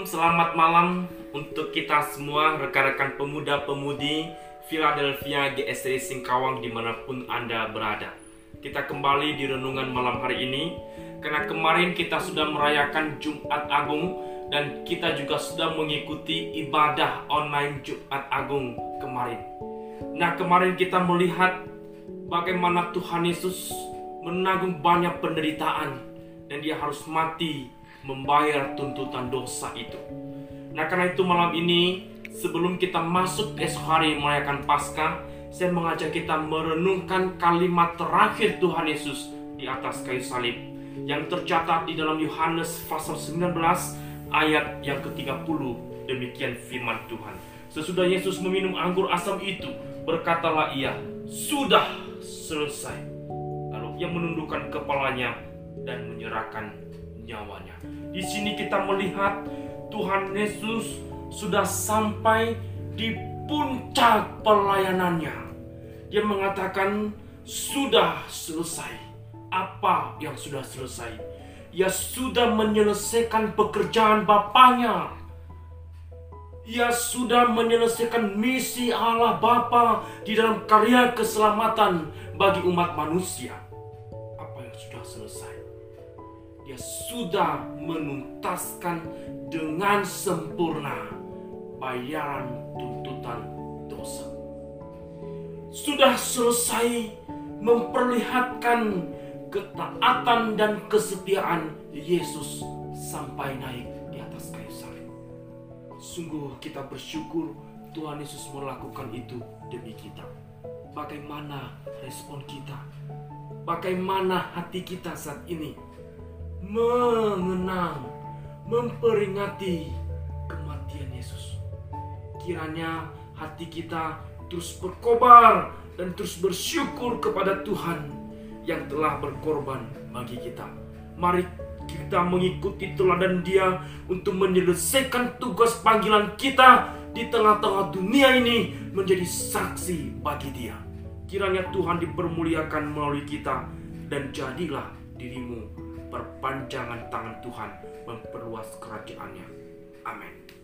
selamat malam untuk kita semua rekan-rekan pemuda-pemudi Philadelphia GSD Singkawang dimanapun Anda berada. Kita kembali di renungan malam hari ini, karena kemarin kita sudah merayakan Jumat Agung dan kita juga sudah mengikuti ibadah online Jumat Agung kemarin. Nah, kemarin kita melihat bagaimana Tuhan Yesus menanggung banyak penderitaan dan dia harus mati membayar tuntutan dosa itu. Nah, karena itu malam ini sebelum kita masuk esok hari merayakan Paskah, saya mengajak kita merenungkan kalimat terakhir Tuhan Yesus di atas kayu salib yang tercatat di dalam Yohanes pasal 19 ayat yang ke-30. Demikian firman Tuhan. Sesudah Yesus meminum anggur asam itu, berkatalah ia, "Sudah selesai." Lalu ia menundukkan kepalanya dan menyerahkan nyawanya. Di sini kita melihat Tuhan Yesus sudah sampai di puncak pelayanannya. Dia mengatakan sudah selesai. Apa yang sudah selesai? Ia sudah menyelesaikan pekerjaan Bapaknya. Ia sudah menyelesaikan misi Allah Bapa di dalam karya keselamatan bagi umat manusia. Apa yang sudah selesai? Dia sudah menuntaskan dengan sempurna bayaran tuntutan dosa. Sudah selesai memperlihatkan ketaatan dan kesetiaan Yesus sampai naik di atas kayu salib. Sungguh kita bersyukur Tuhan Yesus melakukan itu demi kita. Bagaimana respon kita? Bagaimana hati kita saat ini? Mengenang, memperingati kematian Yesus. Kiranya hati kita terus berkobar dan terus bersyukur kepada Tuhan yang telah berkorban bagi kita. Mari kita mengikuti teladan Dia untuk menyelesaikan tugas panggilan kita di tengah-tengah dunia ini, menjadi saksi bagi Dia. Kiranya Tuhan dipermuliakan melalui kita, dan jadilah dirimu perpanjangan tangan Tuhan memperluas kerajaan-Nya. Amin.